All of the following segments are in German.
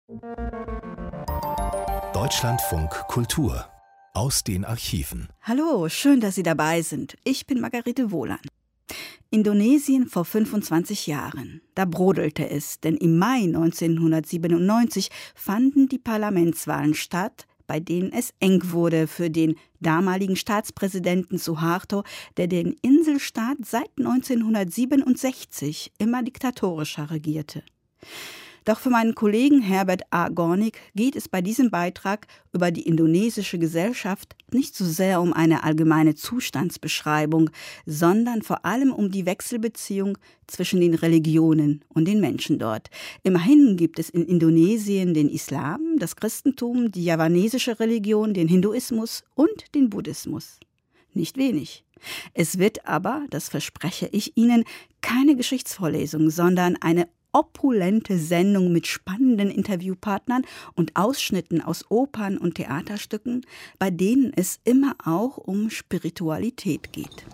Deutschlandfunk Kultur aus den Archiven. Hallo, schön, dass Sie dabei sind. Ich bin Margarete Wohlan. Indonesien vor 25 Jahren. Da brodelte es, denn im Mai 1997 fanden die Parlamentswahlen statt, bei denen es eng wurde für den damaligen Staatspräsidenten Suharto, der den Inselstaat seit 1967 immer diktatorischer regierte. Doch für meinen Kollegen Herbert A. Gornig geht es bei diesem Beitrag über die indonesische Gesellschaft nicht so sehr um eine allgemeine Zustandsbeschreibung, sondern vor allem um die Wechselbeziehung zwischen den Religionen und den Menschen dort. Immerhin gibt es in Indonesien den Islam, das Christentum, die javanesische Religion, den Hinduismus und den Buddhismus. Nicht wenig. Es wird aber, das verspreche ich Ihnen, keine Geschichtsvorlesung, sondern eine opulente Sendung mit spannenden Interviewpartnern und Ausschnitten aus Opern und Theaterstücken, bei denen es immer auch um Spiritualität geht.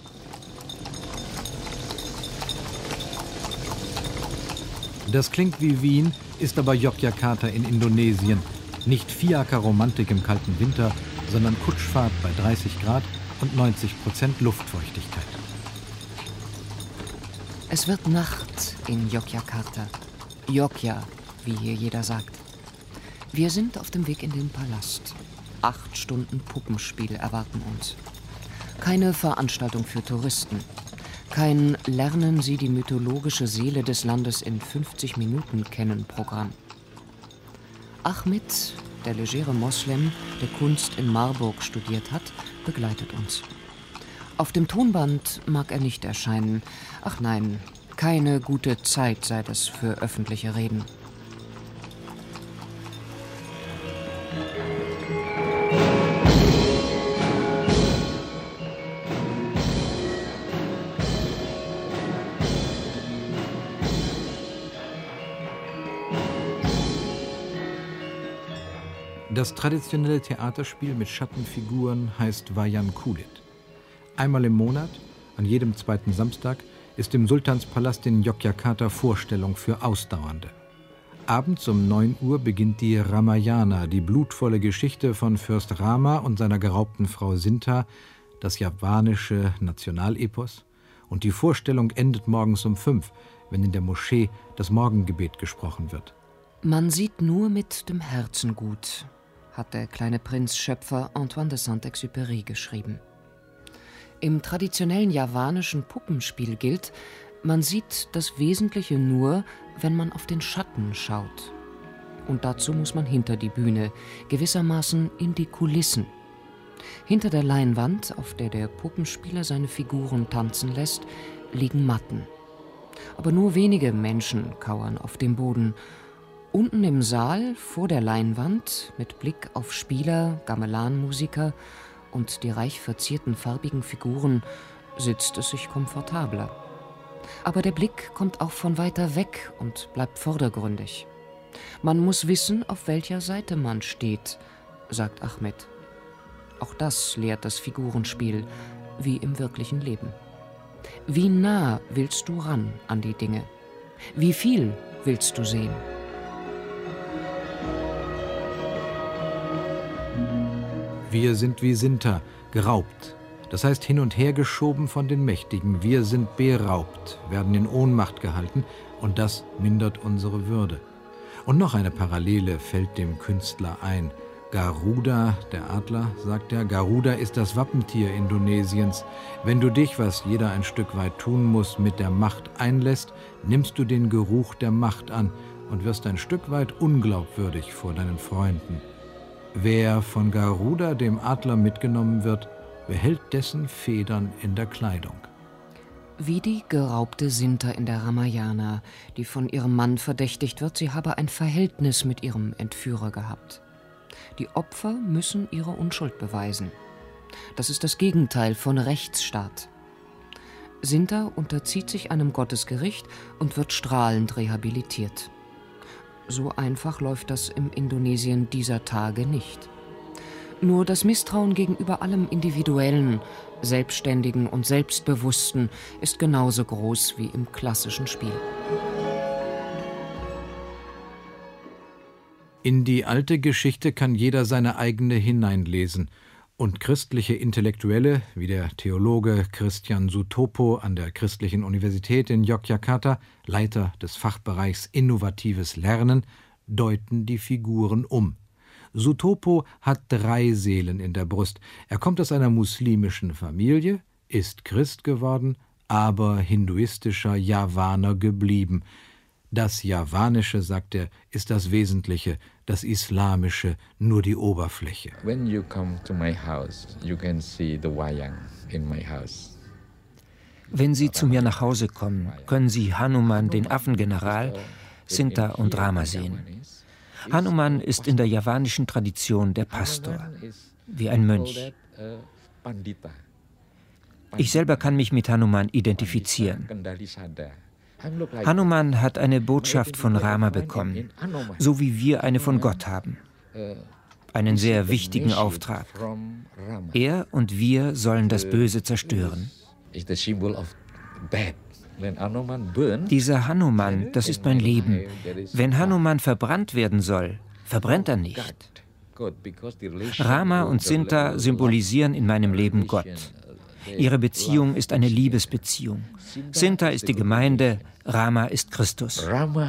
Das klingt wie Wien, ist aber Yogyakarta in Indonesien. Nicht Fiaker-Romantik im kalten Winter, sondern Kutschfahrt bei 30 Grad und 90% Luftfeuchtigkeit. Es wird Nacht in Yogyakarta. Yogya, wie hier jeder sagt. Wir sind auf dem Weg in den Palast. 8 Stunden Puppenspiel erwarten uns. Keine Veranstaltung für Touristen. Kein Lernen Sie die mythologische Seele des Landes in 50 Minuten kennen Programm. Ahmed, der legere Moslem, der Kunst in Marburg studiert hat, begleitet uns. Auf dem Tonband mag er nicht erscheinen. Ach nein, keine gute Zeit sei das für öffentliche Reden. Das traditionelle Theaterspiel mit Schattenfiguren heißt Wayang Kulit. Einmal im Monat, an jedem zweiten Samstag, ist im Sultanspalast in Yogyakarta Vorstellung für Ausdauernde. Abends um 9 Uhr beginnt die Ramayana, die blutvolle Geschichte von Fürst Rama und seiner geraubten Frau Sinta, das javanische Nationalepos. Und die Vorstellung endet morgens um 5, wenn in der Moschee das Morgengebet gesprochen wird. Man sieht nur mit dem Herzen gut, hat der kleine Prinzschöpfer Antoine de Saint-Exupéry geschrieben. Im traditionellen javanischen Puppenspiel gilt, man sieht das Wesentliche nur, wenn man auf den Schatten schaut. Und dazu muss man hinter die Bühne, gewissermaßen in die Kulissen. Hinter der Leinwand, auf der der Puppenspieler seine Figuren tanzen lässt, liegen Matten. Aber nur wenige Menschen kauern auf dem Boden. Unten im Saal, vor der Leinwand, mit Blick auf Spieler, Gamelanmusiker und die reich verzierten farbigen Figuren, sitzt es sich komfortabler. Aber der Blick kommt auch von weiter weg und bleibt vordergründig. Man muss wissen, auf welcher Seite man steht, sagt Ahmed. Auch das lehrt das Figurenspiel, wie im wirklichen Leben. Wie nah willst du ran an die Dinge? Wie viel willst du sehen? Wir sind wie Sinta, geraubt. Das heißt hin und her geschoben von den Mächtigen. Wir sind beraubt, werden in Ohnmacht gehalten und das mindert unsere Würde. Und noch eine Parallele fällt dem Künstler ein. Garuda, der Adler, sagt er, Garuda ist das Wappentier Indonesiens. Wenn du dich, was jeder ein Stück weit tun muss, mit der Macht einlässt, nimmst du den Geruch der Macht an und wirst ein Stück weit unglaubwürdig vor deinen Freunden. Wer von Garuda, dem Adler, mitgenommen wird, behält dessen Federn in der Kleidung. Wie die geraubte Sinta in der Ramayana, die von ihrem Mann verdächtigt wird, sie habe ein Verhältnis mit ihrem Entführer gehabt. Die Opfer müssen ihre Unschuld beweisen. Das ist das Gegenteil von Rechtsstaat. Sinta unterzieht sich einem Gottesgericht und wird strahlend rehabilitiert. So einfach läuft das im Indonesien dieser Tage nicht. Nur das Misstrauen gegenüber allem Individuellen, Selbstständigen und Selbstbewussten ist genauso groß wie im klassischen Spiel. In die alte Geschichte kann jeder seine eigene hineinlesen. Und christliche Intellektuelle, wie der Theologe Christian Sutopo an der Christlichen Universität in Yogyakarta, Leiter des Fachbereichs Innovatives Lernen, deuten die Figuren um. Sutopo hat 3 Seelen in der Brust. Er kommt aus einer muslimischen Familie, ist Christ geworden, aber hinduistischer Javaner geblieben. Das Javanische, sagt er, ist das Wesentliche, das Islamische nur die Oberfläche. When you come to my house, you can see the wayang in my house. Wenn Sie zu mir nach Hause kommen, können Sie Hanuman, den Affengeneral, Sinta und Rama sehen. Hanuman ist in der javanischen Tradition der Pastor, wie ein Mönch. Ich selber kann mich mit Hanuman identifizieren. Hanuman hat eine Botschaft von Rama bekommen, so wie wir eine von Gott haben. Einen sehr wichtigen Auftrag. Er und wir sollen das Böse zerstören. Dieser Hanuman, das ist mein Leben. Wenn Hanuman verbrannt werden soll, verbrennt er nicht. Rama und Sinta symbolisieren in meinem Leben Gott. Ihre Beziehung ist eine Liebesbeziehung. Sinta ist die Gemeinde, Rama ist Christus.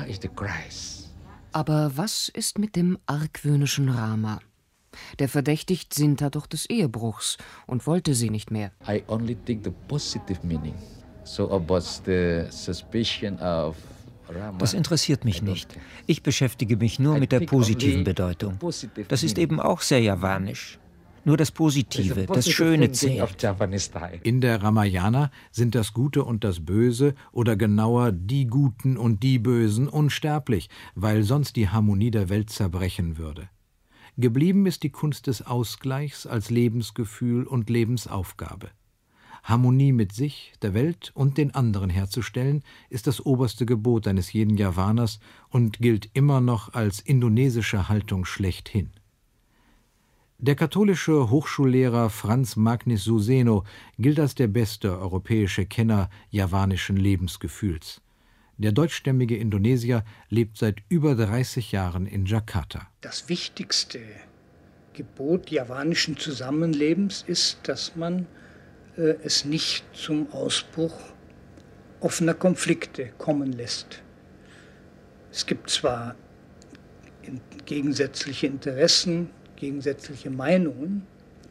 Aber was ist mit dem argwöhnischen Rama? Der verdächtigt Sinta doch des Ehebruchs und wollte sie nicht mehr. I only take the positive meaning. So about the suspicion of Rama. Das interessiert mich nicht. Ich beschäftige mich nur mit der positiven Bedeutung. Das ist eben auch sehr javanisch. Nur das Positive, das Schöne zählt. In der Ramayana sind das Gute und das Böse, oder genauer die Guten und die Bösen, unsterblich, weil sonst die Harmonie der Welt zerbrechen würde. Geblieben ist die Kunst des Ausgleichs als Lebensgefühl und Lebensaufgabe. Harmonie mit sich, der Welt und den anderen herzustellen, ist das oberste Gebot eines jeden Javaners und gilt immer noch als indonesische Haltung schlechthin. Der katholische Hochschullehrer Franz Magnus Suseno gilt als der beste europäische Kenner javanischen Lebensgefühls. Der deutschstämmige Indonesier lebt seit über 30 Jahren in Jakarta. Das wichtigste Gebot javanischen Zusammenlebens ist, dass man es nicht zum Ausbruch offener Konflikte kommen lässt. Es gibt zwar gegensätzliche Interessen, gegensätzliche Meinungen,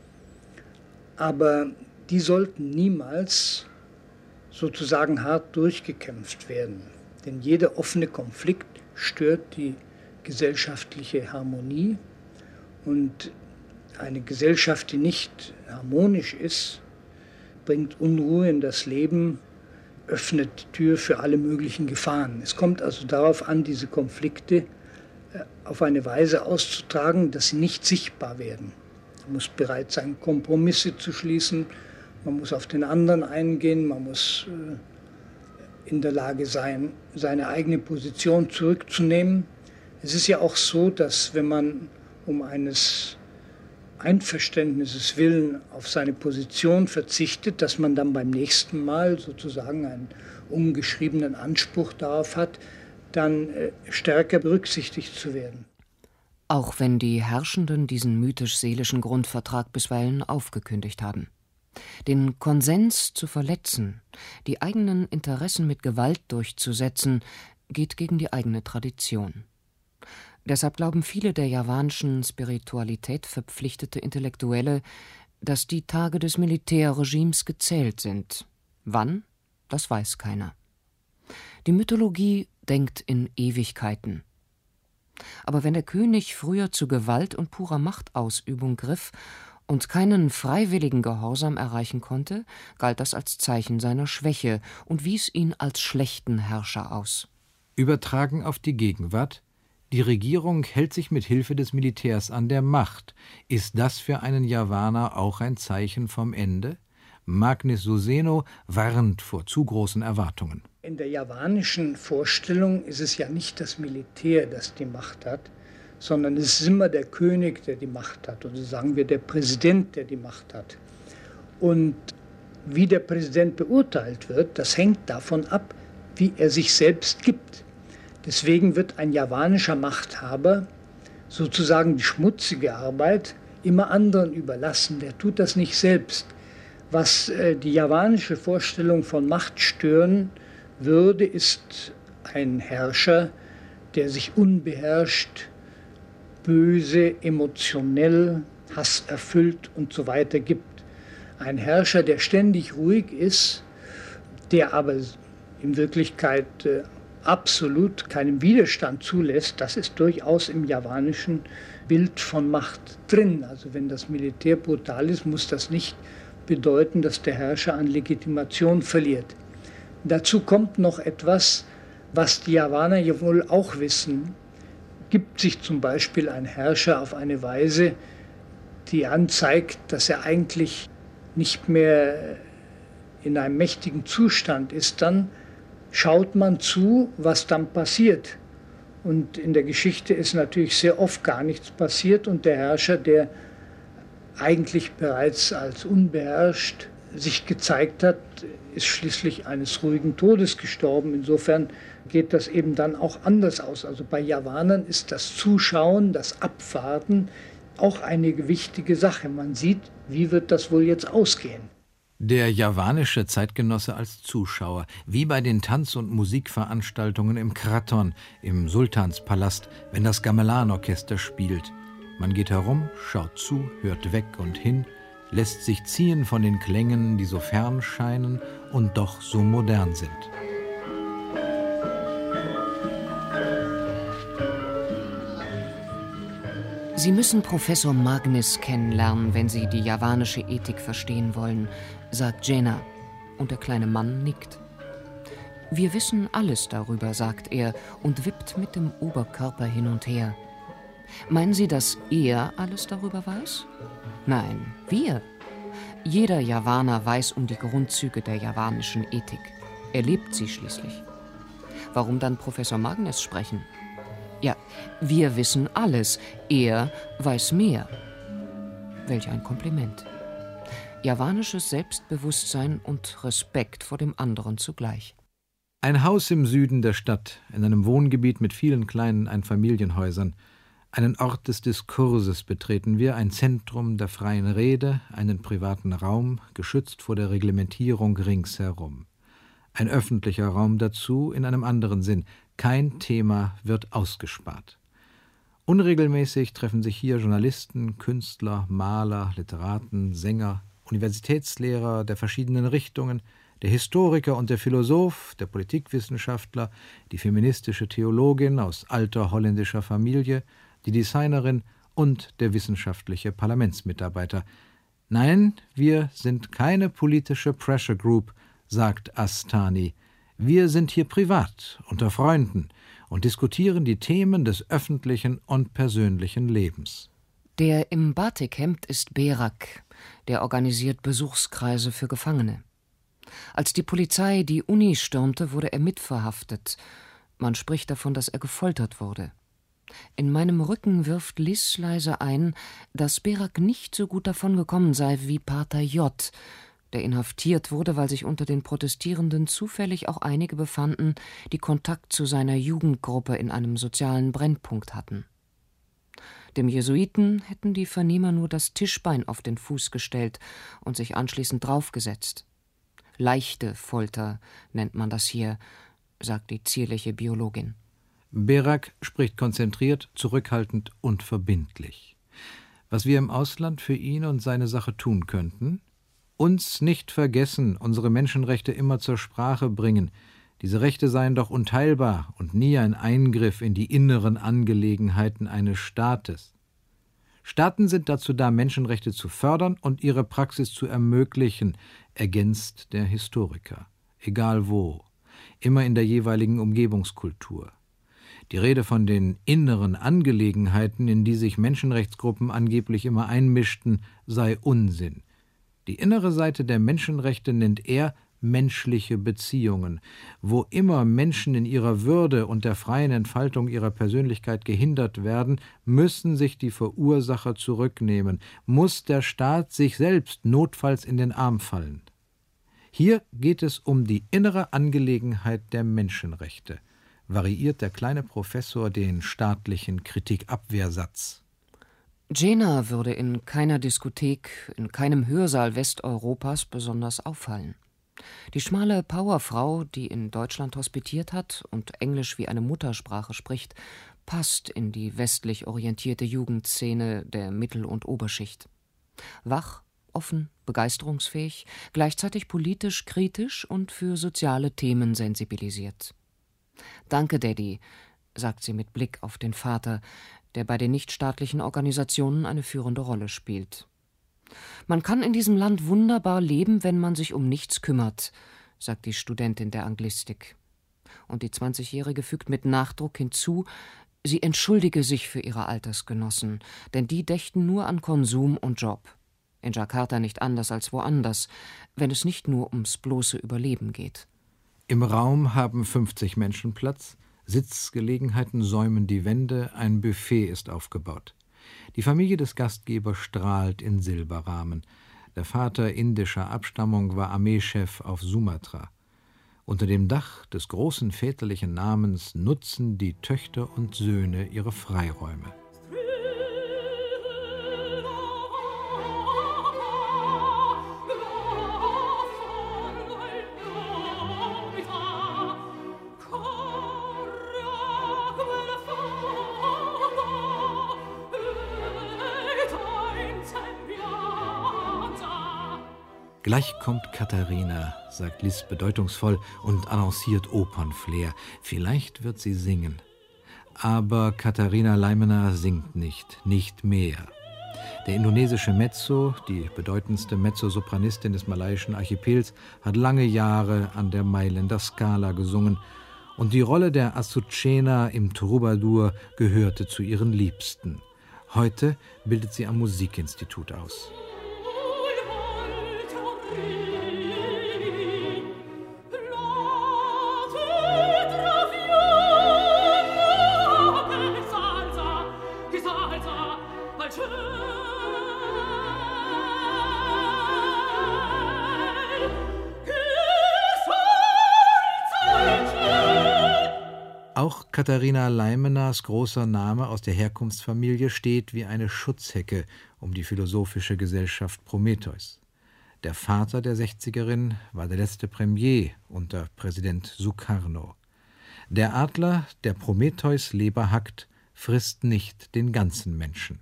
aber die sollten niemals sozusagen hart durchgekämpft werden. Denn jeder offene Konflikt stört die gesellschaftliche Harmonie, und eine Gesellschaft, die nicht harmonisch ist, bringt Unruhe in das Leben, öffnet die Tür für alle möglichen Gefahren. Es kommt also darauf an, diese Konflikte auf eine Weise auszutragen, dass sie nicht sichtbar werden. Man muss bereit sein, Kompromisse zu schließen, man muss auf den anderen eingehen, man muss in der Lage sein, seine eigene Position zurückzunehmen. Es ist ja auch so, dass wenn man um eines Einverständnisses willen auf seine Position verzichtet, dass man dann beim nächsten Mal sozusagen einen ungeschriebenen Anspruch darauf hat, dann stärker berücksichtigt zu werden. Auch wenn die Herrschenden diesen mythisch-seelischen Grundvertrag bisweilen aufgekündigt haben. Den Konsens zu verletzen, die eigenen Interessen mit Gewalt durchzusetzen, geht gegen die eigene Tradition. Deshalb glauben viele der javanischen Spiritualität verpflichtete Intellektuelle, dass die Tage des Militärregimes gezählt sind. Wann? Das weiß keiner. Die Mythologie denkt in Ewigkeiten. Aber wenn der König früher zu Gewalt und purer Machtausübung griff und keinen freiwilligen Gehorsam erreichen konnte, galt das als Zeichen seiner Schwäche und wies ihn als schlechten Herrscher aus. Übertragen auf die Gegenwart: Die Regierung hält sich mit Hilfe des Militärs an der Macht. Ist das für einen Javaner auch ein Zeichen vom Ende? Magnus Suseno warnt vor zu großen Erwartungen. In der javanischen Vorstellung ist es ja nicht das Militär, das die Macht hat, sondern es ist immer der König, der die Macht hat. Oder sagen wir der Präsident, der die Macht hat. Und wie der Präsident beurteilt wird, das hängt davon ab, wie er sich selbst gibt. Deswegen wird ein javanischer Machthaber sozusagen die schmutzige Arbeit immer anderen überlassen. Der tut das nicht selbst. Was die javanische Vorstellung von Macht stören würde, ist ein Herrscher, der sich unbeherrscht, böse, emotionell, hasserfüllt und so weiter gibt. Ein Herrscher, der ständig ruhig ist, der aber in Wirklichkeit absolut keinen Widerstand zulässt, das ist durchaus im javanischen Bild von Macht drin. Also wenn das Militär brutal ist, muss das nicht bedeuten, dass der Herrscher an Legitimation verliert. Dazu kommt noch etwas, was die Javaner ja wohl auch wissen. Gibt sich zum Beispiel ein Herrscher auf eine Weise, die anzeigt, dass er eigentlich nicht mehr in einem mächtigen Zustand ist, dann schaut man zu, was dann passiert. Und in der Geschichte ist natürlich sehr oft gar nichts passiert und der Herrscher, der eigentlich bereits als unbeherrscht sich gezeigt hat, ist schließlich eines ruhigen Todes gestorben. Insofern geht das eben dann auch anders aus. Also bei Javanern ist das Zuschauen, das Abwarten auch eine wichtige Sache. Man sieht, wie wird das wohl jetzt ausgehen. Der javanische Zeitgenosse als Zuschauer, wie bei den Tanz- und Musikveranstaltungen im Kraton, im Sultanspalast, wenn das Gamelan-Orchester spielt. Man geht herum, schaut zu, hört weg und hin, lässt sich ziehen von den Klängen, die so fern scheinen und doch so modern sind. Sie müssen Professor Magnis kennenlernen, wenn Sie die javanische Ethik verstehen wollen, sagt Jena, und der kleine Mann nickt. Wir wissen alles darüber, sagt er und wippt mit dem Oberkörper hin und her. Meinen Sie, dass er alles darüber weiß? Nein, wir. Jeder Javaner weiß um die Grundzüge der javanischen Ethik. Er lebt sie schließlich. Warum dann Professor Magnis sprechen? Ja, wir wissen alles. Er weiß mehr. Welch ein Kompliment. Javanisches Selbstbewusstsein und Respekt vor dem anderen zugleich. Ein Haus im Süden der Stadt, in einem Wohngebiet mit vielen kleinen Einfamilienhäusern. Einen Ort des Diskurses betreten wir, ein Zentrum der freien Rede, einen privaten Raum, geschützt vor der Reglementierung ringsherum. Ein öffentlicher Raum dazu in einem anderen Sinn. Kein Thema wird ausgespart. Unregelmäßig treffen sich hier Journalisten, Künstler, Maler, Literaten, Sänger, Universitätslehrer der verschiedenen Richtungen, der Historiker und der Philosoph, der Politikwissenschaftler, die feministische Theologin aus alter holländischer Familie, die Designerin und der wissenschaftliche Parlamentsmitarbeiter. Nein, wir sind keine politische Pressure Group, sagt Astani. Wir sind hier privat, unter Freunden und diskutieren die Themen des öffentlichen und persönlichen Lebens. Der im Batikhemd ist Berak, der organisiert Besuchskreise für Gefangene. Als die Polizei die Uni stürmte, wurde er mitverhaftet. Man spricht davon, dass er gefoltert wurde. In meinem Rücken wirft Liz leise ein, dass Berak nicht so gut davongekommen sei wie Pater J., der inhaftiert wurde, weil sich unter den Protestierenden zufällig auch einige befanden, die Kontakt zu seiner Jugendgruppe in einem sozialen Brennpunkt hatten. Dem Jesuiten hätten die Vernehmer nur das Tischbein auf den Fuß gestellt und sich anschließend draufgesetzt. Leichte Folter nennt man das hier, sagt die zierliche Biologin. Berak spricht konzentriert, zurückhaltend und verbindlich. Was wir im Ausland für ihn und seine Sache tun könnten? Uns nicht vergessen, unsere Menschenrechte immer zur Sprache bringen. Diese Rechte seien doch unteilbar und nie ein Eingriff in die inneren Angelegenheiten eines Staates. Staaten sind dazu da, Menschenrechte zu fördern und ihre Praxis zu ermöglichen, ergänzt der Historiker. Egal wo, immer in der jeweiligen Umgebungskultur. Die Rede von den inneren Angelegenheiten, in die sich Menschenrechtsgruppen angeblich immer einmischten, sei Unsinn. Die innere Seite der Menschenrechte nennt er menschliche Beziehungen. Wo immer Menschen in ihrer Würde und der freien Entfaltung ihrer Persönlichkeit gehindert werden, müssen sich die Verursacher zurücknehmen, muss der Staat sich selbst notfalls in den Arm fallen. Hier geht es um die innere Angelegenheit der Menschenrechte. variiert der kleine Professor den staatlichen Kritikabwehrsatz. Jena würde in keiner Diskothek, in keinem Hörsaal Westeuropas besonders auffallen. Die schmale Powerfrau, die in Deutschland hospitiert hat und Englisch wie eine Muttersprache spricht, passt in die westlich orientierte Jugendszene der Mittel- und Oberschicht. Wach, offen, begeisterungsfähig, gleichzeitig politisch kritisch und für soziale Themen sensibilisiert. »Danke, Daddy«, sagt sie mit Blick auf den Vater, der bei den nichtstaatlichen Organisationen eine führende Rolle spielt. »Man kann in diesem Land wunderbar leben, wenn man sich um nichts kümmert«, sagt die Studentin der Anglistik. Und die 20-Jährige fügt mit Nachdruck hinzu, sie entschuldige sich für ihre Altersgenossen, denn die dächten nur an Konsum und Job. In Jakarta nicht anders als woanders, wenn es nicht nur ums bloße Überleben geht. Im Raum haben 50 Menschen Platz, Sitzgelegenheiten säumen die Wände, ein Buffet ist aufgebaut. Die Familie des Gastgebers strahlt in Silberrahmen. Der Vater indischer Abstammung war Armeechef auf Sumatra. Unter dem Dach des großen väterlichen Namens nutzen die Töchter und Söhne ihre Freiräume. Gleich kommt Katharina, sagt Lis bedeutungsvoll und annonciert Opernflair. Vielleicht wird sie singen. Aber Katharina Leimener singt nicht mehr. Der indonesische Mezzo, die bedeutendste Mezzosopranistin des malaiischen Archipels, hat lange Jahre an der Mailänder Scala gesungen und die Rolle der Azucena im Troubadour gehörte zu ihren Liebsten. Heute bildet sie am Musikinstitut aus. Auch Katharina Leimeners großer Name aus der Herkunftsfamilie steht wie eine Schutzhecke um die philosophische Gesellschaft Prometheus. Der Vater der 60erin war der letzte Premier unter Präsident Sukarno. Der Adler, der Prometheus Leber hackt, frisst nicht den ganzen Menschen.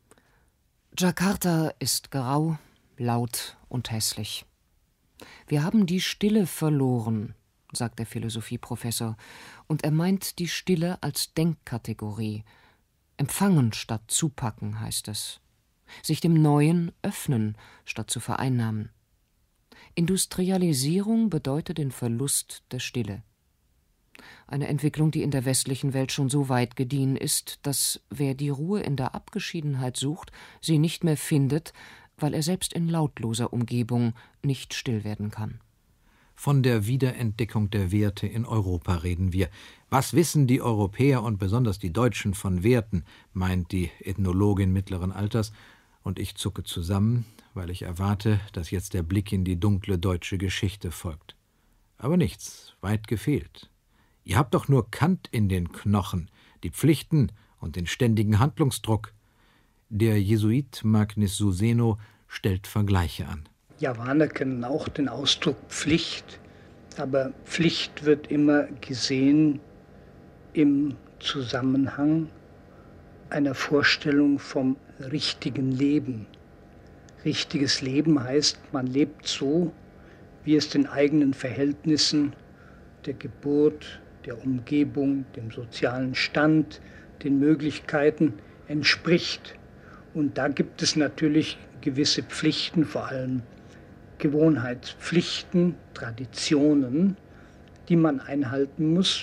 Jakarta ist grau, laut und hässlich. Wir haben die Stille verloren, sagt der Philosophieprofessor, und er meint die Stille als Denkkategorie. Empfangen statt zupacken heißt es. Sich dem Neuen öffnen statt zu vereinnahmen. Industrialisierung bedeutet den Verlust der Stille. Eine Entwicklung, die in der westlichen Welt schon so weit gediehen ist, dass wer die Ruhe in der Abgeschiedenheit sucht, sie nicht mehr findet, weil er selbst in lautloser Umgebung nicht still werden kann. Von der Wiederentdeckung der Werte in Europa reden wir. Was wissen die Europäer und besonders die Deutschen von Werten, meint die Ethnologin mittleren Alters, und ich zucke zusammen, weil ich erwarte, dass jetzt der Blick in die dunkle deutsche Geschichte folgt. Aber nichts, weit gefehlt. Ihr habt doch nur Kant in den Knochen, die Pflichten und den ständigen Handlungsdruck. Der Jesuit Magnus Suseno stellt Vergleiche an. Javaner kennen auch den Ausdruck Pflicht, aber Pflicht wird immer gesehen im Zusammenhang einer Vorstellung vom richtigen Leben. Richtiges Leben heißt, man lebt so, wie es den eigenen Verhältnissen, der Geburt, der Umgebung, dem sozialen Stand, den Möglichkeiten entspricht. Und da gibt es natürlich gewisse Pflichten, vor allem Gewohnheitspflichten, Traditionen, die man einhalten muss,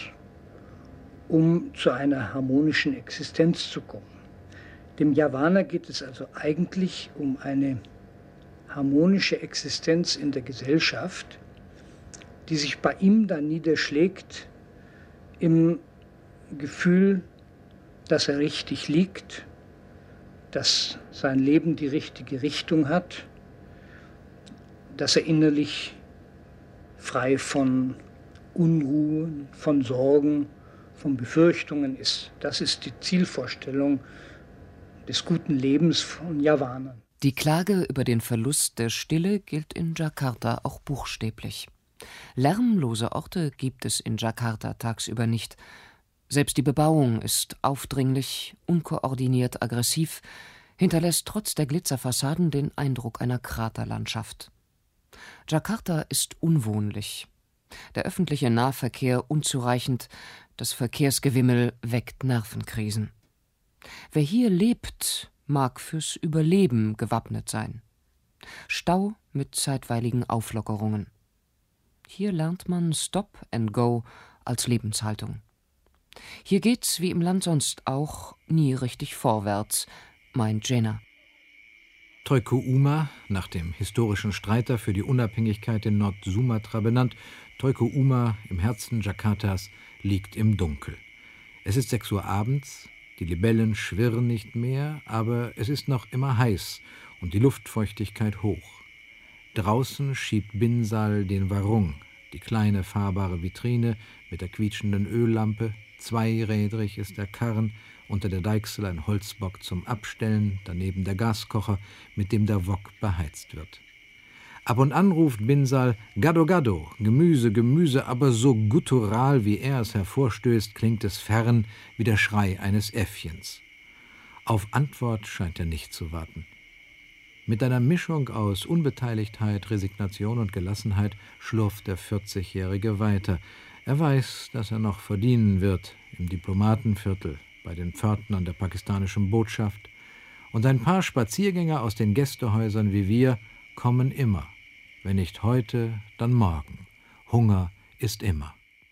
um zu einer harmonischen Existenz zu kommen. Dem Javaner geht es also eigentlich um eine harmonische Existenz in der Gesellschaft, die sich bei ihm dann niederschlägt im Gefühl, dass er richtig liegt, dass sein Leben die richtige Richtung hat, dass er innerlich frei von Unruhen, von Sorgen, von Befürchtungen ist. Das ist die Zielvorstellung des guten Lebens von Javanern. Die Klage über den Verlust der Stille gilt in Jakarta auch buchstäblich. Lärmlose Orte gibt es in Jakarta tagsüber nicht. Selbst die Bebauung ist aufdringlich, unkoordiniert, aggressiv, hinterlässt trotz der Glitzerfassaden den Eindruck einer Kraterlandschaft. Jakarta ist unwohnlich. Der öffentliche Nahverkehr unzureichend, das Verkehrsgewimmel weckt Nervenkrisen. Wer hier lebt, mag fürs Überleben gewappnet sein. Stau mit zeitweiligen Auflockerungen. Hier lernt man Stop and Go als Lebenshaltung. Hier geht's, wie im Land sonst auch, nie richtig vorwärts, meint Jenner. Teuku Umar, nach dem historischen Streiter für die Unabhängigkeit in Nord-Sumatra benannt, Teuku Umar im Herzen Jakartas liegt im Dunkel. Es ist 6 Uhr abends, die Libellen schwirren nicht mehr, aber es ist noch immer heiß und die Luftfeuchtigkeit hoch. Draußen schiebt Binsal den Warung, die kleine fahrbare Vitrine mit der quietschenden Öllampe. Zweirädrig ist der Karren, unter der Deichsel ein Holzbock zum Abstellen, daneben der Gaskocher, mit dem der Wok beheizt wird. Ab und an ruft Binsal Gado Gado, Gemüse, Gemüse, aber so guttural, wie er es hervorstößt, klingt es fern wie der Schrei eines Äffchens. Auf Antwort scheint er nicht zu warten. Mit einer Mischung aus Unbeteiligtheit, Resignation und Gelassenheit schlurft der 40-Jährige weiter. Er weiß, dass er noch verdienen wird im Diplomatenviertel, bei den Pförtnern der pakistanischen Botschaft. Und ein paar Spaziergänger aus den Gästehäusern wie wir kommen immer. Wenn nicht heute, dann morgen. Hunger ist immer.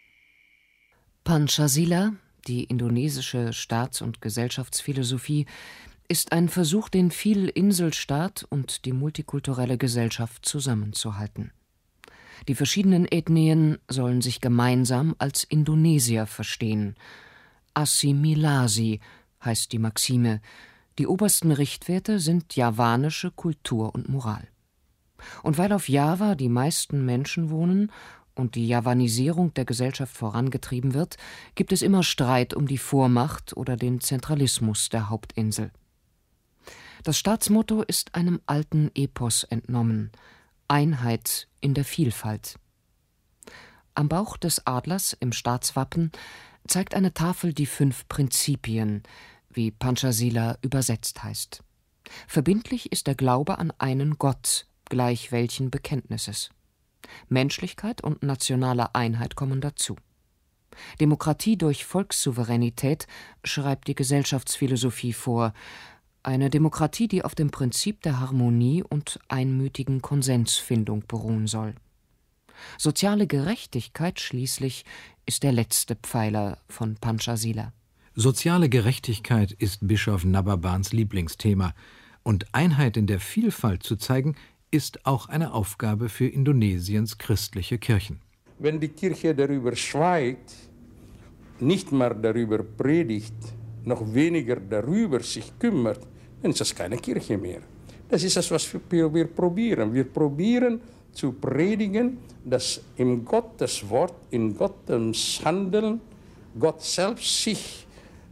Pancasila, die indonesische Staats- und Gesellschaftsphilosophie, ist ein Versuch, den Viel-Inselstaat und die multikulturelle Gesellschaft zusammenzuhalten. Die verschiedenen Ethnien sollen sich gemeinsam als Indonesier verstehen. Assimilasi heißt die Maxime. Die obersten Richtwerte sind javanische Kultur und Moral. Und weil auf Java die meisten Menschen wohnen und die Javanisierung der Gesellschaft vorangetrieben wird, gibt es immer Streit um die Vormacht oder den Zentralismus der Hauptinsel. Das Staatsmotto ist einem alten Epos entnommen: Einheit in der Vielfalt. Am Bauch des Adlers im Staatswappen zeigt eine Tafel die 5 Prinzipien, wie Pancasila übersetzt heißt. Verbindlich ist der Glaube an einen Gott, gleich welchen Bekenntnisses. Menschlichkeit und nationale Einheit kommen dazu. Demokratie durch Volkssouveränität schreibt die Gesellschaftsphilosophie vor, eine Demokratie, die auf dem Prinzip der Harmonie und einmütigen Konsensfindung beruhen soll. Soziale Gerechtigkeit schließlich ist der letzte Pfeiler von Pancasila. Soziale Gerechtigkeit ist Bischof Nababans Lieblingsthema. Und Einheit in der Vielfalt zu zeigen, ist auch eine Aufgabe für Indonesiens christliche Kirchen. Wenn die Kirche darüber schweigt, nicht mehr darüber predigt, noch weniger darüber sich kümmert, dann ist das keine Kirche mehr. Das ist das, was wir probieren. Wir probieren zu predigen, dass im Gottes Wort, in Gottes Handeln, Gott selbst sich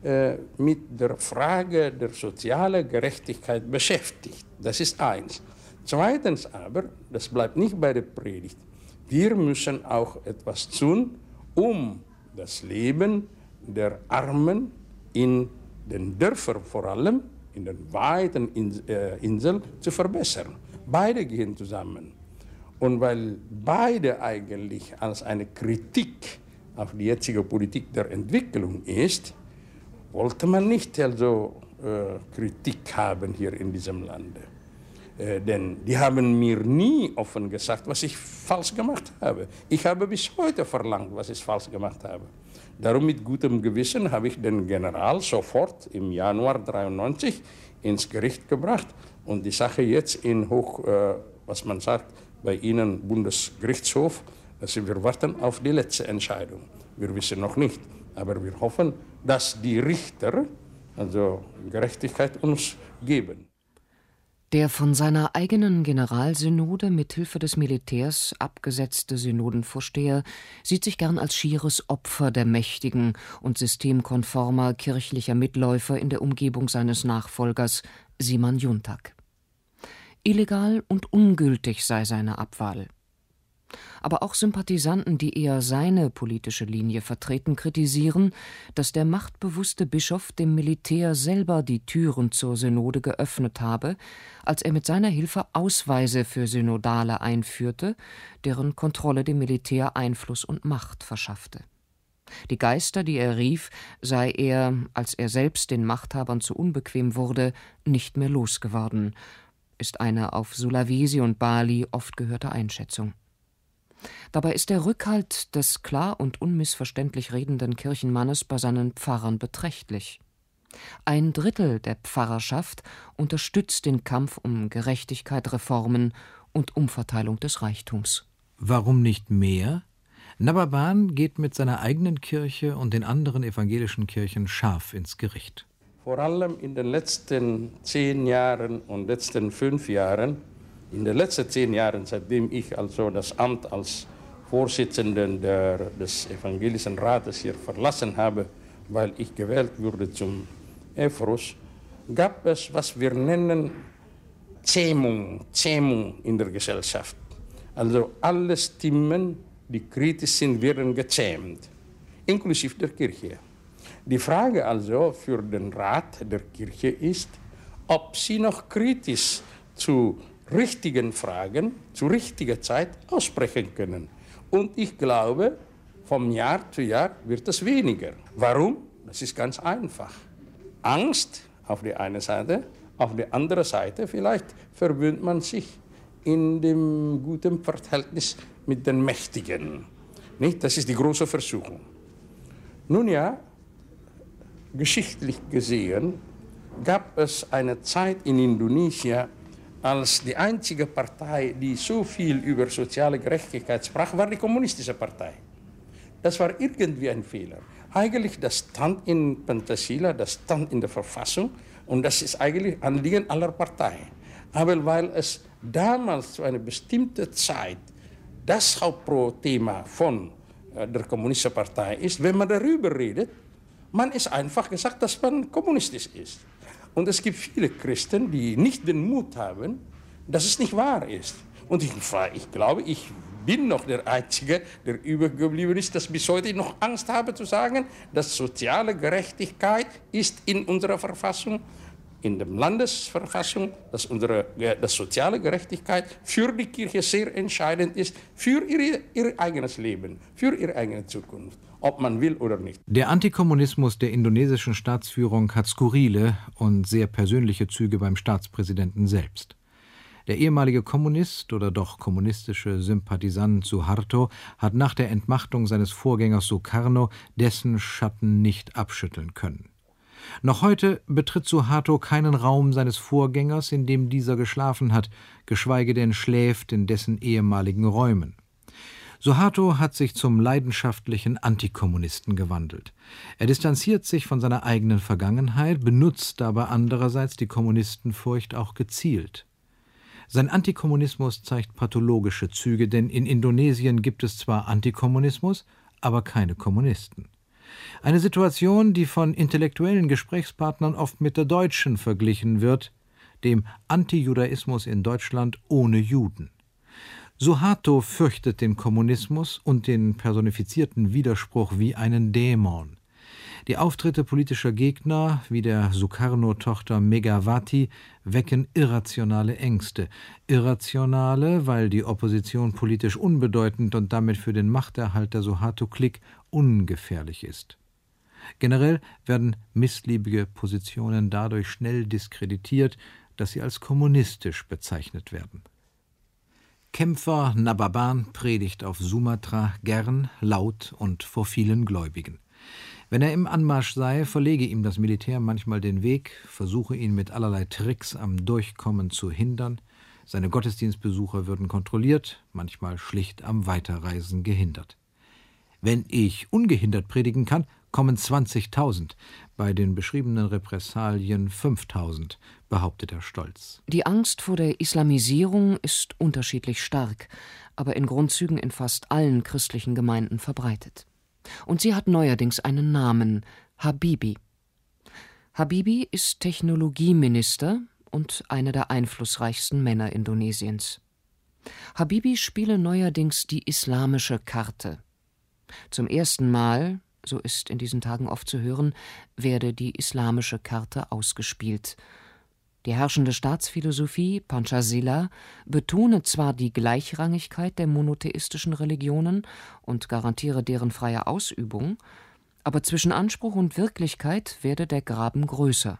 mit der Frage der sozialen Gerechtigkeit beschäftigt. Das ist eins. Zweitens aber, das bleibt nicht bei der Predigt, wir müssen auch etwas tun, um das Leben der Armen in den Dörfern vor allem, in den weiten Inseln zu verbessern. Beide gehen zusammen. Und weil beide eigentlich als eine Kritik auf die jetzige Politik der Entwicklung ist, wollte man nicht also Kritik haben hier in diesem Lande. Denn die haben mir nie offen gesagt, was ich falsch gemacht habe. Ich habe bis heute verlangt, was ich falsch gemacht habe. Darum mit gutem Gewissen habe ich den General sofort im Januar 1993 ins Gericht gebracht und die Sache jetzt in was man sagt, bei Ihnen Bundesgerichtshof, also wir warten auf die letzte Entscheidung. Wir wissen noch nicht, aber wir hoffen, dass die Richter also Gerechtigkeit uns geben. Der von seiner eigenen Generalsynode mit Hilfe des Militärs abgesetzte Synodenvorsteher sieht sich gern als schieres Opfer der mächtigen und systemkonformer kirchlicher Mitläufer in der Umgebung seines Nachfolgers Siman Juntak. Illegal und ungültig sei seine Abwahl. Aber auch Sympathisanten, die eher seine politische Linie vertreten, kritisieren, dass der machtbewusste Bischof dem Militär selber die Türen zur Synode geöffnet habe, als er mit seiner Hilfe Ausweise für Synodale einführte, deren Kontrolle dem Militär Einfluss und Macht verschaffte. Die Geister, die er rief, sei er, als er selbst den Machthabern zu unbequem wurde, nicht mehr losgeworden, ist eine auf Sulawesi und Bali oft gehörte Einschätzung. Dabei ist der Rückhalt des klar und unmissverständlich redenden Kirchenmannes bei seinen Pfarrern beträchtlich. 1/3 der Pfarrerschaft unterstützt den Kampf um Gerechtigkeit, Reformen und Umverteilung des Reichtums. Warum nicht mehr? Nababan geht mit seiner eigenen Kirche und den anderen evangelischen Kirchen scharf ins Gericht. Vor allem in den letzten 10 Jahren und letzten 5 Jahren, in den letzten 10 Jahren, seitdem ich also das Amt als Vorsitzender des Evangelischen Rates hier verlassen habe, weil ich gewählt wurde zum EFRUS, gab es, was wir nennen, Zähmung in der Gesellschaft. Also alle Stimmen, die kritisch sind, werden gezähmt, inklusive der Kirche. Die Frage also für den Rat der Kirche ist, ob sie noch kritisch zu richtigen Fragen zu richtiger Zeit aussprechen können. Und ich glaube, vom Jahr zu Jahr wird es weniger. Warum? Das ist ganz einfach. Angst auf der einen Seite, auf der anderen Seite vielleicht verwöhnt man sich in dem guten Verhältnis mit den Mächtigen. Nicht? Das ist die große Versuchung. Nun ja, geschichtlich gesehen gab es eine Zeit in Indonesien, als die einzige Partei, die so viel über soziale Gerechtigkeit sprach, war die kommunistische Partei. Das war irgendwie ein Fehler. Eigentlich, das stand in Pancasila, das stand in der Verfassung und das ist eigentlich Anliegen aller Parteien. Aber weil es damals zu einer bestimmten Zeit das Hauptthema von der kommunistischen Partei ist, wenn man darüber redet, man ist einfach gesagt, dass man kommunistisch ist. Und es gibt viele Christen, die nicht den Mut haben, dass es nicht wahr ist. Und ich glaube, ich bin noch der Einzige, der übergeblieben ist, dass bis heute noch Angst habe zu sagen, dass soziale Gerechtigkeit ist in unserer Verfassung, in der Landesverfassung, dass soziale Gerechtigkeit für die Kirche sehr entscheidend ist, für ihr eigenes Leben, für ihre eigene Zukunft, ob man will oder nicht. Der Antikommunismus der indonesischen Staatsführung hat skurrile und sehr persönliche Züge beim Staatspräsidenten selbst. Der ehemalige Kommunist oder doch kommunistische Sympathisant Suharto hat nach der Entmachtung seines Vorgängers Sukarno dessen Schatten nicht abschütteln können. Noch heute betritt Suharto keinen Raum seines Vorgängers, in dem dieser geschlafen hat, geschweige denn schläft in dessen ehemaligen Räumen. Suharto hat sich zum leidenschaftlichen Antikommunisten gewandelt. Er distanziert sich von seiner eigenen Vergangenheit, benutzt aber andererseits die Kommunistenfurcht auch gezielt. Sein Antikommunismus zeigt pathologische Züge, denn in Indonesien gibt es zwar Antikommunismus, aber keine Kommunisten. Eine Situation, die von intellektuellen Gesprächspartnern oft mit der deutschen verglichen wird, dem Antijudaismus in Deutschland ohne Juden. Suharto fürchtet den Kommunismus und den personifizierten Widerspruch wie einen Dämon. Die Auftritte politischer Gegner, wie der Sukarno-Tochter Megawati, wecken irrationale Ängste. Irrationale, weil die Opposition politisch unbedeutend und damit für den Machterhalt der Suharto-Clique ungefährlich ist. Generell werden missliebige Positionen dadurch schnell diskreditiert, dass sie als kommunistisch bezeichnet werden. Kämpfer Nababan predigt auf Sumatra gern, laut und vor vielen Gläubigen. Wenn er im Anmarsch sei, verlege ihm das Militär manchmal den Weg, versuche ihn mit allerlei Tricks am Durchkommen zu hindern. Seine Gottesdienstbesucher würden kontrolliert, manchmal schlicht am Weiterreisen gehindert. Wenn ich ungehindert predigen kann, kommen 20.000, bei den beschriebenen Repressalien 5.000, behauptet er stolz. Die Angst vor der Islamisierung ist unterschiedlich stark, aber in Grundzügen in fast allen christlichen Gemeinden verbreitet. Und sie hat neuerdings einen Namen: Habibie. Habibie ist Technologieminister und einer der einflussreichsten Männer Indonesiens. Habibie spiele neuerdings die islamische Karte. Zum ersten Mal, so ist in diesen Tagen oft zu hören, werde die islamische Karte ausgespielt. Die herrschende Staatsphilosophie, Pancasila, betone zwar die Gleichrangigkeit der monotheistischen Religionen und garantiere deren freie Ausübung, aber zwischen Anspruch und Wirklichkeit werde der Graben größer.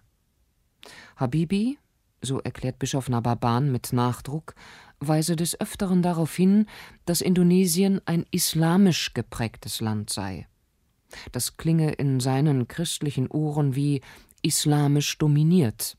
Habibie, so erklärt Bischof Nababan mit Nachdruck, weise des Öfteren darauf hin, dass Indonesien ein islamisch geprägtes Land sei. Das klinge in seinen christlichen Ohren wie islamisch dominiert.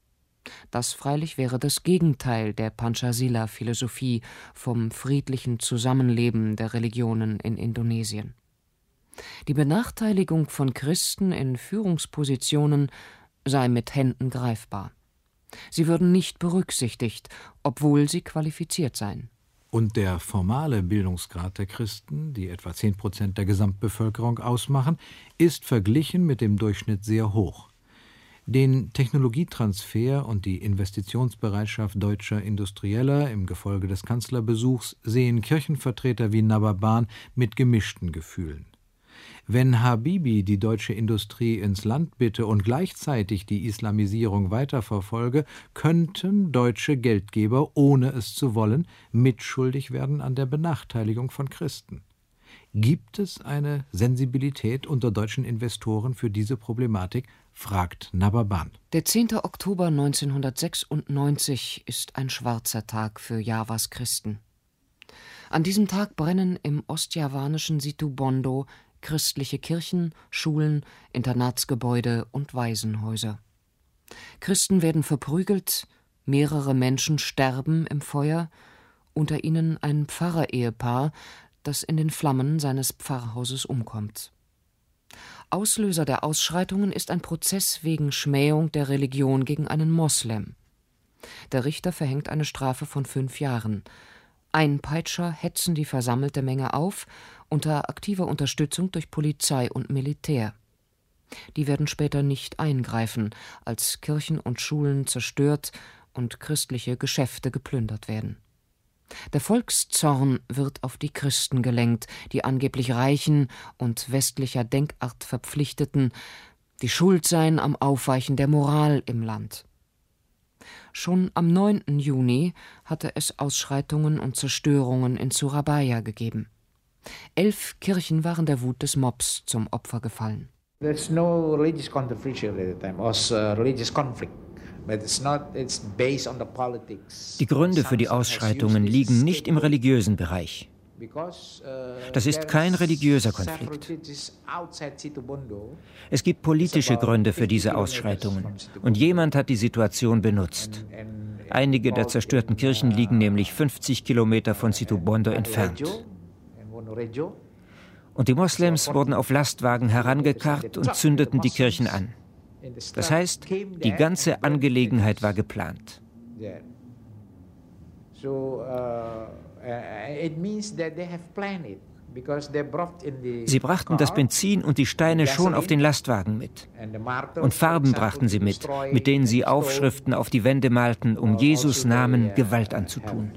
Das freilich wäre das Gegenteil der Pancasila-Philosophie vom friedlichen Zusammenleben der Religionen in Indonesien. Die Benachteiligung von Christen in Führungspositionen sei mit Händen greifbar. Sie würden nicht berücksichtigt, obwohl sie qualifiziert seien. Und der formale Bildungsgrad der Christen, die etwa 10% der Gesamtbevölkerung ausmachen, ist verglichen mit dem Durchschnitt sehr hoch. Den Technologietransfer und die Investitionsbereitschaft deutscher Industrieller im Gefolge des Kanzlerbesuchs sehen Kirchenvertreter wie Nababan mit gemischten Gefühlen. Wenn Habibie die deutsche Industrie ins Land bitte und gleichzeitig die Islamisierung weiterverfolge, könnten deutsche Geldgeber, ohne es zu wollen, mitschuldig werden an der Benachteiligung von Christen. Gibt es eine Sensibilität unter deutschen Investoren für diese Problematik, fragt Nababan. Der 10. Oktober 1996 ist ein schwarzer Tag für Javas Christen. An diesem Tag brennen im ostjavanischen Situbondo christliche Kirchen, Schulen, Internatsgebäude und Waisenhäuser. Christen werden verprügelt, mehrere Menschen sterben im Feuer, unter ihnen ein Pfarrerehepaar, das in den Flammen seines Pfarrhauses umkommt. Auslöser der Ausschreitungen ist ein Prozess wegen Schmähung der Religion gegen einen Moslem. Der Richter verhängt eine Strafe von 5 Jahren. Einpeitscher hetzen die versammelte Menge auf, unter aktiver Unterstützung durch Polizei und Militär. Die werden später nicht eingreifen, als Kirchen und Schulen zerstört und christliche Geschäfte geplündert werden. Der Volkszorn wird auf die Christen gelenkt, die angeblich reichen und westlicher Denkart verpflichteten, die schuld seien am Aufweichen der Moral im Land. Schon am 9. Juni hatte es Ausschreitungen und Zerstörungen in Surabaya gegeben. 11 Kirchen waren der Wut des Mobs zum Opfer gefallen. There's no religious conflict at the time, or religious conflict. Die Gründe für die Ausschreitungen liegen nicht im religiösen Bereich. Das ist kein religiöser Konflikt. Es gibt politische Gründe für diese Ausschreitungen und jemand hat die Situation benutzt. Einige der zerstörten Kirchen liegen nämlich 50 Kilometer von Situbondo entfernt. Und die Moslems wurden auf Lastwagen herangekarrt und zündeten die Kirchen an. Das heißt, die ganze Angelegenheit war geplant. Sie brachten das Benzin und die Steine schon auf den Lastwagen mit. Und Farben brachten sie mit denen sie Aufschriften auf die Wände malten, um Jesus Namen Gewalt anzutun.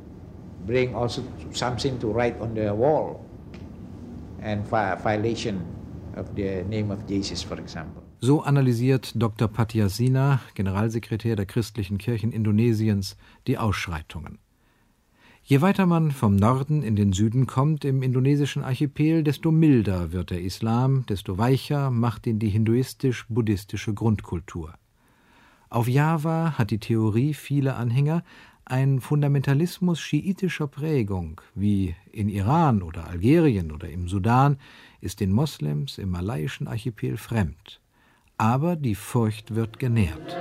So analysiert Dr. Patiasina, Generalsekretär der christlichen Kirchen Indonesiens, die Ausschreitungen. Je weiter man vom Norden in den Süden kommt im indonesischen Archipel, desto milder wird der Islam, desto weicher macht ihn die hinduistisch-buddhistische Grundkultur. Auf Java hat die Theorie viele Anhänger, ein Fundamentalismus schiitischer Prägung, wie in Iran oder Algerien oder im Sudan, ist den Moslems im malaiischen Archipel fremd. Aber die Furcht wird genährt.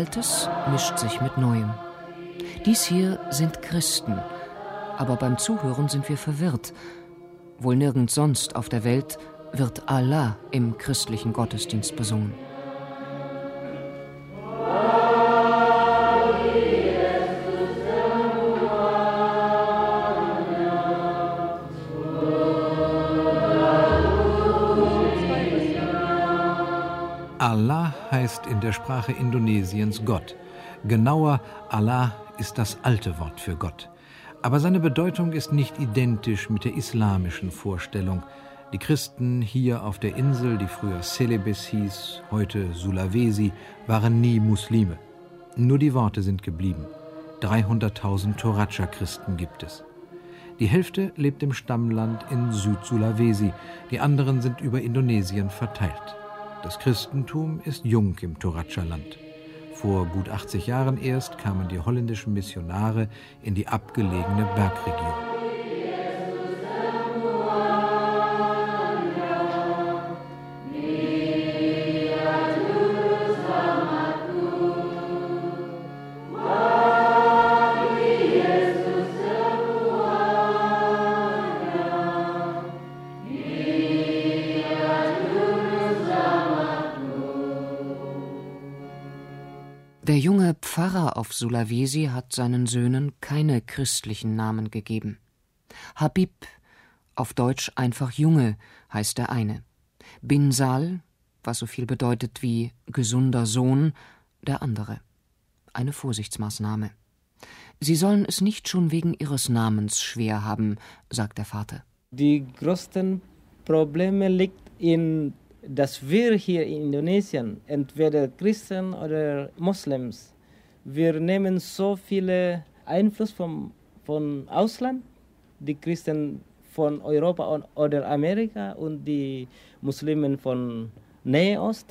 Altes mischt sich mit Neuem. Dies hier sind Christen, aber beim Zuhören sind wir verwirrt. Wohl nirgends sonst auf der Welt wird Allah im christlichen Gottesdienst besungen. Allah heißt in der Sprache Indonesiens Gott. Genauer, Allah ist das alte Wort für Gott. Aber seine Bedeutung ist nicht identisch mit der islamischen Vorstellung. Die Christen hier auf der Insel, die früher Celebes hieß, heute Sulawesi, waren nie Muslime. Nur die Worte sind geblieben. 300.000 Toraja-Christen gibt es. Die Hälfte lebt im Stammland in Süd-Sulawesi, die anderen sind über Indonesien verteilt. Das Christentum ist jung im Toraja-Land. Vor gut 80 Jahren erst kamen die holländischen Missionare in die abgelegene Bergregion. Der junge Pfarrer auf Sulawesi hat seinen Söhnen keine christlichen Namen gegeben. Habib, auf Deutsch einfach Junge, heißt der eine. Bin Sal, was so viel bedeutet wie gesunder Sohn, der andere. Eine Vorsichtsmaßnahme. Sie sollen es nicht schon wegen ihres Namens schwer haben, sagt der Vater. Die größten Probleme liegt in, dass wir hier in Indonesien, entweder Christen oder Moslems, wir nehmen so viele Einfluss von Ausland, die Christen von Europa oder Amerika und die Muslimen von Nähe Ost,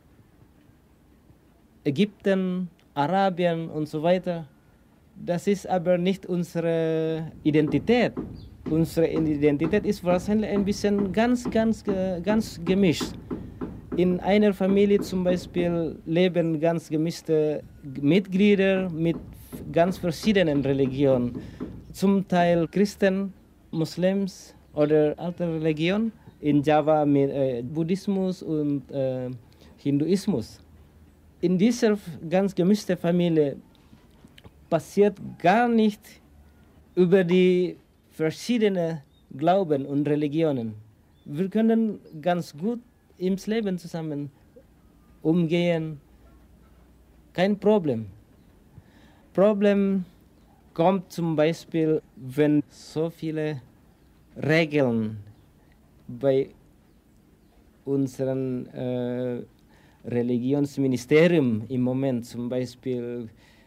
Ägypten, Arabien und so weiter. Das ist aber nicht unsere Identität. Unsere Identität ist wahrscheinlich ein bisschen ganz gemischt. In einer Familie zum Beispiel leben ganz gemischte Mitglieder mit ganz verschiedenen Religionen. Zum Teil Christen, Muslims oder andere Religionen. In Java mit Buddhismus und Hinduismus. In dieser ganz gemischten Familie passiert gar nicht über die verschiedenen Glauben und Religionen. Wir können ganz gut im Leben zusammen umgehen. Kein Problem. Problem kommt zum Beispiel, wenn so viele Regeln bei unserem Religionsministerium im Moment zum Beispiel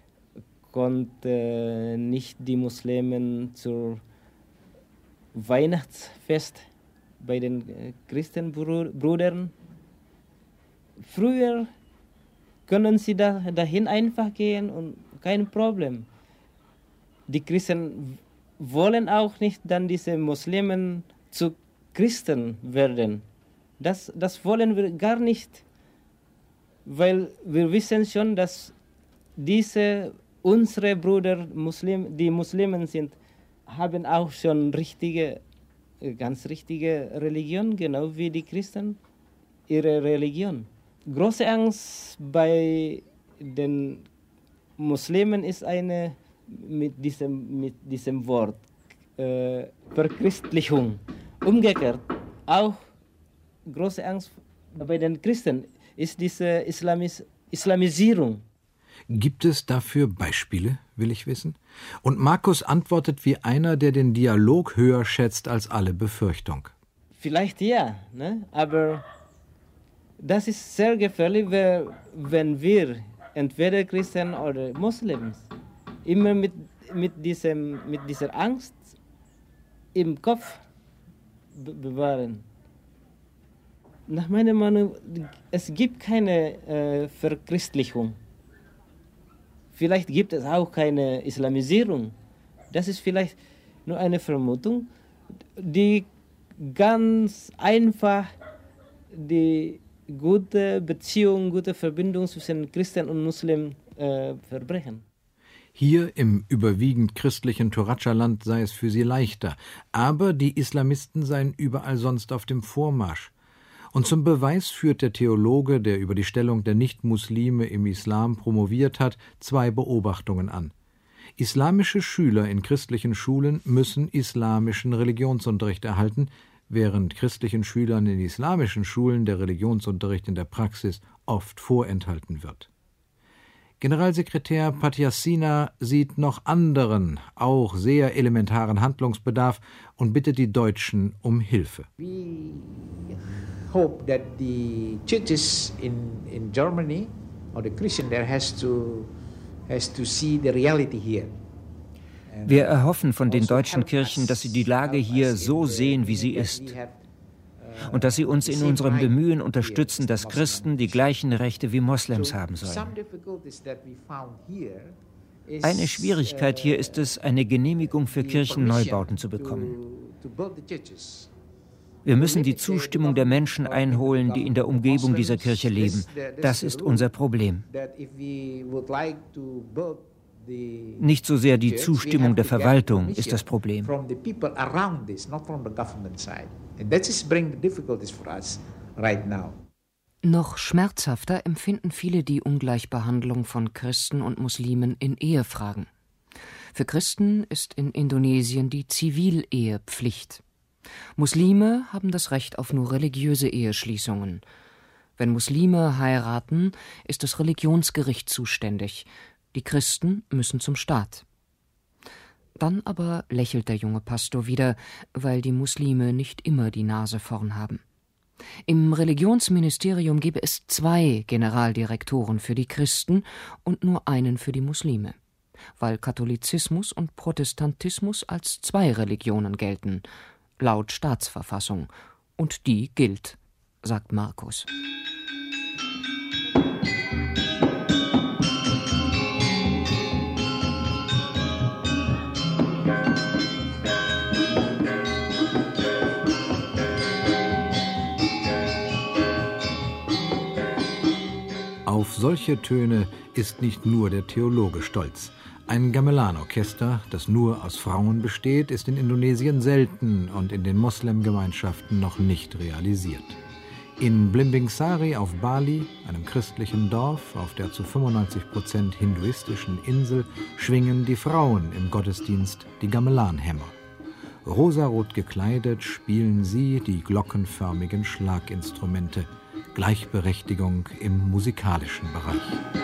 konnte nicht die Muslimen zur Weihnachtsfest bei den Christenbrüdern. Früher können sie dahin einfach gehen und kein Problem. Die Christen wollen auch nicht dann diese Muslimen zu Christen werden. Das wollen wir gar nicht, weil wir wissen schon, dass unsere Brüder, die Muslimen sind, haben auch schon ganz richtige Religion, genau wie die Christen ihre Religion. Große Angst bei den Muslimen ist mit diesem Wort Verchristlichung. Umgekehrt auch große Angst bei den Christen ist diese Islamisierung. Gibt es dafür Beispiele, will ich wissen? Und Markus antwortet wie einer, der den Dialog höher schätzt als alle Befürchtung. Vielleicht ja, ne? Aber das ist sehr gefährlich, wenn wir, entweder Christen oder Moslems, immer mit dieser Angst im Kopf bewahren. Nach meiner Meinung, es gibt keine Verchristlichung. Vielleicht gibt es auch keine Islamisierung. Das ist vielleicht nur eine Vermutung, die ganz einfach die gute Beziehung, gute Verbindung zwischen Christen und Muslimen Verbrechen. Hier im überwiegend christlichen Toraja-Land sei es für sie leichter, aber die Islamisten seien überall sonst auf dem Vormarsch. Und zum Beweis führt der Theologe, der über die Stellung der Nichtmuslime im Islam promoviert hat, 2 Beobachtungen an. Islamische Schüler in christlichen Schulen müssen islamischen Religionsunterricht erhalten, während christlichen Schülern in islamischen Schulen der Religionsunterricht in der Praxis oft vorenthalten wird. Generalsekretär Patiassina sieht noch anderen, auch sehr elementaren Handlungsbedarf und bittet die Deutschen um Hilfe. We hope that the churches in Germany or the Christian there has to see the reality here. Wir erhoffen von den deutschen Kirchen, dass sie die Lage hier so sehen, wie sie ist. Und dass sie uns in unserem Bemühen unterstützen, dass Christen die gleichen Rechte wie Moslems haben sollen. Eine Schwierigkeit hier ist es, eine Genehmigung für Kirchenneubauten zu bekommen. Wir müssen die Zustimmung der Menschen einholen, die in der Umgebung dieser Kirche leben. Das ist unser Problem. Nicht so sehr die Zustimmung der Verwaltung ist das Problem. Noch schmerzhafter empfinden viele die Ungleichbehandlung von Christen und Muslimen in Ehefragen. Für Christen ist in Indonesien die Zivilehe Pflicht. Muslime haben das Recht auf nur religiöse Eheschließungen. Wenn Muslime heiraten, ist das Religionsgericht zuständig. Die Christen müssen zum Staat. Dann aber lächelt der junge Pastor wieder, weil die Muslime nicht immer die Nase vorn haben. Im Religionsministerium gebe es 2 Generaldirektoren für die Christen und nur einen für die Muslime, weil Katholizismus und Protestantismus als 2 Religionen gelten, laut Staatsverfassung. Und die gilt, sagt Markus. Auf solche Töne ist nicht nur der Theologe stolz. Ein Gamelan-Orchester, das nur aus Frauen besteht, ist in Indonesien selten und in den Moslem-Gemeinschaften noch nicht realisiert. In Blimbingsari auf Bali, einem christlichen Dorf auf der zu 95% hinduistischen Insel, schwingen die Frauen im Gottesdienst die Gamelan-Hämmer. Rosarot gekleidet spielen sie die glockenförmigen Schlaginstrumente. Gleichberechtigung im musikalischen Bereich.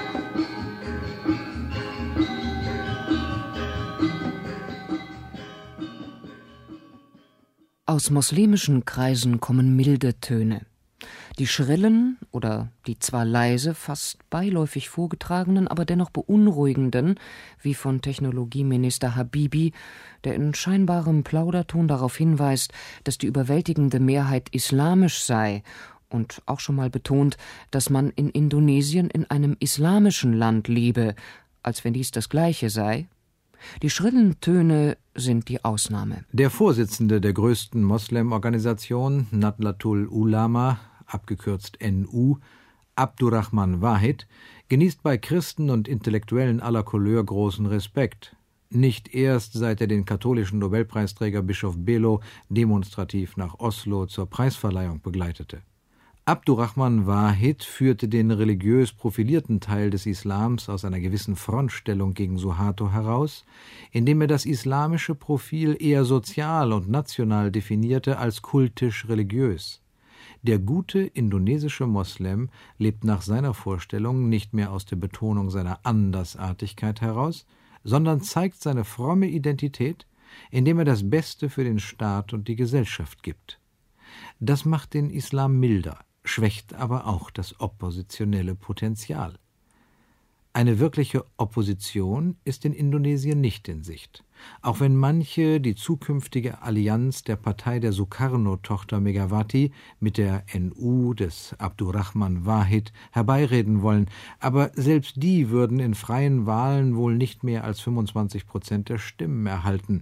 Aus muslimischen Kreisen kommen milde Töne. Die schrillen oder die zwar leise, fast beiläufig vorgetragenen, aber dennoch beunruhigenden, wie von Technologieminister Habibie, der in scheinbarem Plauderton darauf hinweist, dass die überwältigende Mehrheit islamisch sei und auch schon mal betont, dass man in Indonesien in einem islamischen Land lebe, als wenn dies das Gleiche sei. Die schrillen Töne sind die Ausnahme. Der Vorsitzende der größten Moslem-Organisation, Nahdlatul Ulama, abgekürzt NU, Abdurrahman Wahid, genießt bei Christen und Intellektuellen aller Couleur großen Respekt. Nicht erst seit er den katholischen Nobelpreisträger Bischof Belo demonstrativ nach Oslo zur Preisverleihung begleitete. Abdurrahman Wahid führte den religiös profilierten Teil des Islams aus einer gewissen Frontstellung gegen Suharto heraus, indem er das islamische Profil eher sozial und national definierte als kultisch-religiös. Der gute indonesische Moslem lebt nach seiner Vorstellung nicht mehr aus der Betonung seiner Andersartigkeit heraus, sondern zeigt seine fromme Identität, indem er das Beste für den Staat und die Gesellschaft gibt. Das macht den Islam milder, schwächt aber auch das oppositionelle Potenzial. Eine wirkliche Opposition ist in Indonesien nicht in Sicht, auch wenn manche die zukünftige Allianz der Partei der Sukarno-Tochter Megawati mit der NU des Abdurrahman Wahid herbeireden wollen, aber selbst die würden in freien Wahlen wohl nicht mehr als 25% der Stimmen erhalten.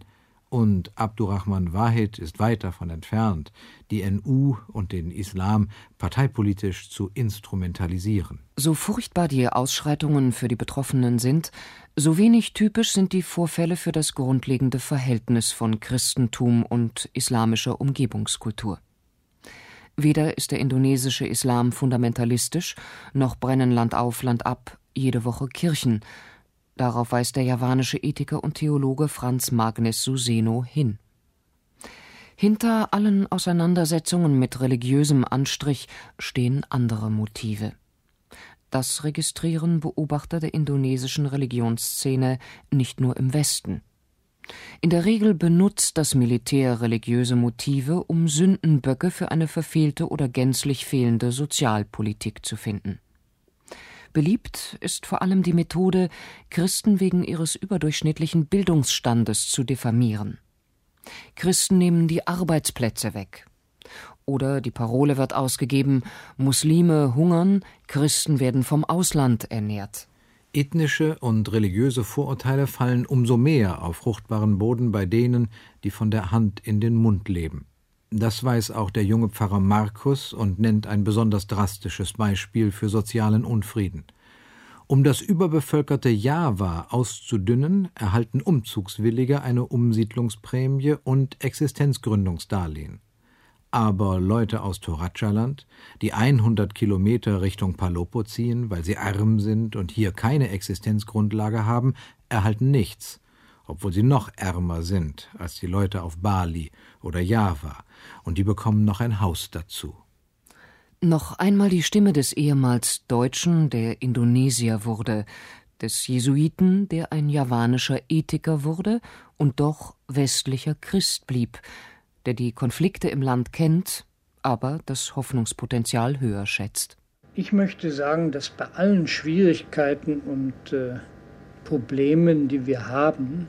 Und Abdurrahman Wahid ist weit davon entfernt, die NU und den Islam parteipolitisch zu instrumentalisieren. So furchtbar die Ausschreitungen für die Betroffenen sind, so wenig typisch sind die Vorfälle für das grundlegende Verhältnis von Christentum und islamischer Umgebungskultur. Weder ist der indonesische Islam fundamentalistisch, noch brennen Land auf, Land ab jede Woche Kirchen. Darauf weist der javanische Ethiker und Theologe Franz Magnus Suseno hin. Hinter allen Auseinandersetzungen mit religiösem Anstrich stehen andere Motive. Das registrieren Beobachter der indonesischen Religionsszene nicht nur im Westen. In der Regel benutzt das Militär religiöse Motive, um Sündenböcke für eine verfehlte oder gänzlich fehlende Sozialpolitik zu finden. Beliebt ist vor allem die Methode, Christen wegen ihres überdurchschnittlichen Bildungsstandes zu diffamieren. Christen nehmen die Arbeitsplätze weg. Oder die Parole wird ausgegeben: Muslime hungern, Christen werden vom Ausland ernährt. Ethnische und religiöse Vorurteile fallen umso mehr auf fruchtbaren Boden bei denen, die von der Hand in den Mund leben. Das weiß auch der junge Pfarrer Markus und nennt ein besonders drastisches Beispiel für sozialen Unfrieden. Um das überbevölkerte Java auszudünnen, erhalten Umzugswillige eine Umsiedlungsprämie und Existenzgründungsdarlehen. Aber Leute aus Torajaland, die 100 Kilometer Richtung Palopo ziehen, weil sie arm sind und hier keine Existenzgrundlage haben, erhalten nichts, obwohl sie noch ärmer sind als die Leute auf Bali oder Java, und die bekommen noch ein Haus dazu. Noch einmal die Stimme des ehemals Deutschen, der Indonesier wurde, des Jesuiten, der ein javanischer Ethiker wurde und doch westlicher Christ blieb, der die Konflikte im Land kennt, aber das Hoffnungspotenzial höher schätzt. Ich möchte sagen, dass bei allen Schwierigkeiten und Problemen, die wir haben,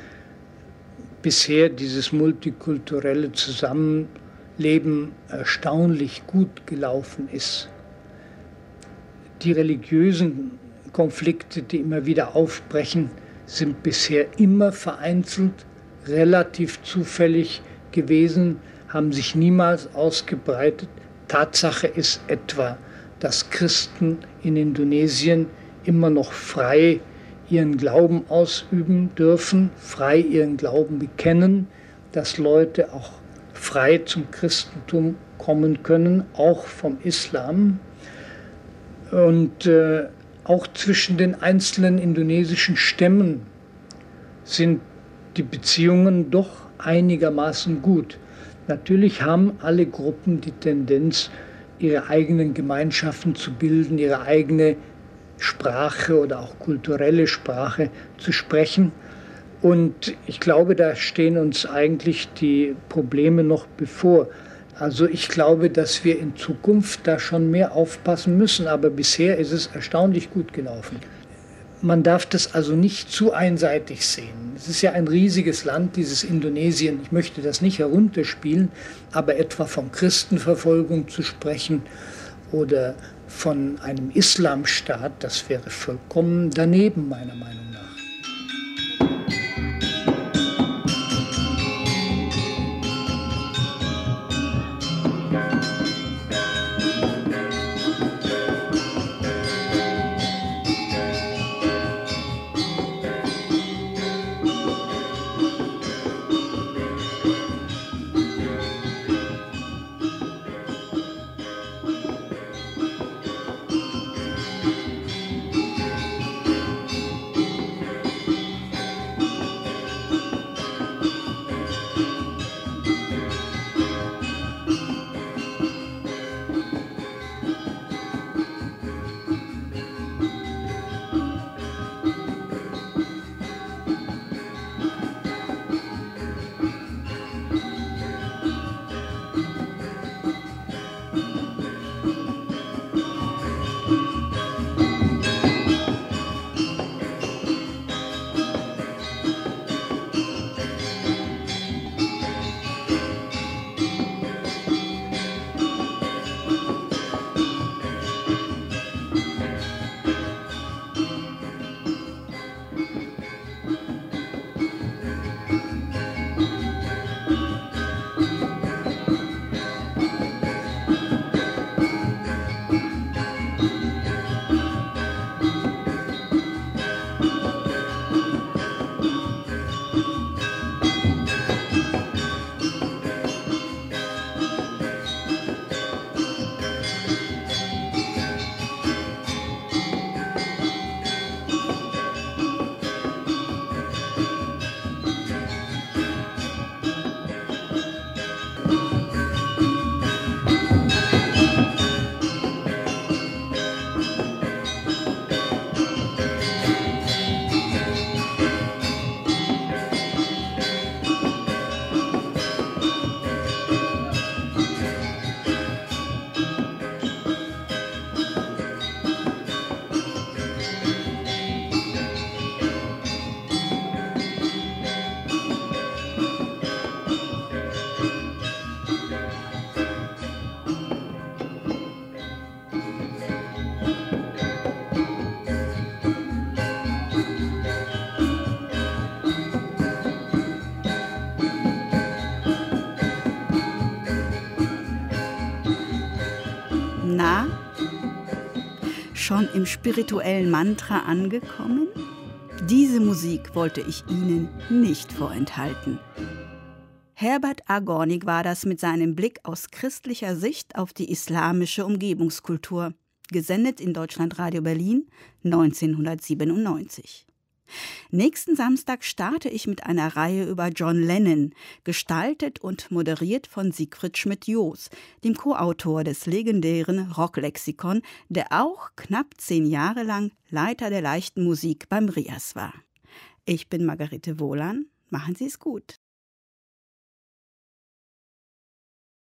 bisher dieses multikulturelle Zusammenleben erstaunlich gut gelaufen ist. Die religiösen Konflikte, die immer wieder aufbrechen, sind bisher immer vereinzelt, relativ zufällig gewesen, haben sich niemals ausgebreitet. Tatsache ist etwa, dass Christen in Indonesien immer noch frei ihren Glauben ausüben dürfen, frei ihren Glauben bekennen, dass Leute auch frei zum Christentum kommen können, auch vom Islam. Und auch zwischen den einzelnen indonesischen Stämmen sind die Beziehungen doch einigermaßen gut. Natürlich haben alle Gruppen die Tendenz, ihre eigenen Gemeinschaften zu bilden, ihre eigene Sprache oder auch kulturelle Sprache zu sprechen. Und ich glaube, da stehen uns eigentlich die Probleme noch bevor. Also ich glaube, dass wir in Zukunft da schon mehr aufpassen müssen, aber bisher ist es erstaunlich gut gelaufen. Man darf das also nicht zu einseitig sehen. Es ist ja ein riesiges Land, dieses Indonesien. Ich möchte das nicht herunterspielen, aber etwa von Christenverfolgung zu sprechen oder von einem Islamstaat, das wäre vollkommen daneben, meiner Meinung nach. Schon im spirituellen Mantra angekommen? Diese Musik wollte ich Ihnen nicht vorenthalten. Herbert A. Gornig war das mit seinem Blick aus christlicher Sicht auf die islamische Umgebungskultur, gesendet in Deutschlandradio Berlin 1997. Nächsten Samstag starte ich mit einer Reihe über John Lennon, gestaltet und moderiert von Siegfried Schmidt-Joos, dem Co-Autor des legendären Rocklexikon, der auch knapp 10 Jahre lang Leiter der leichten Musik beim RIAS war. Ich bin Margarete Wohlan. Machen Sie es gut.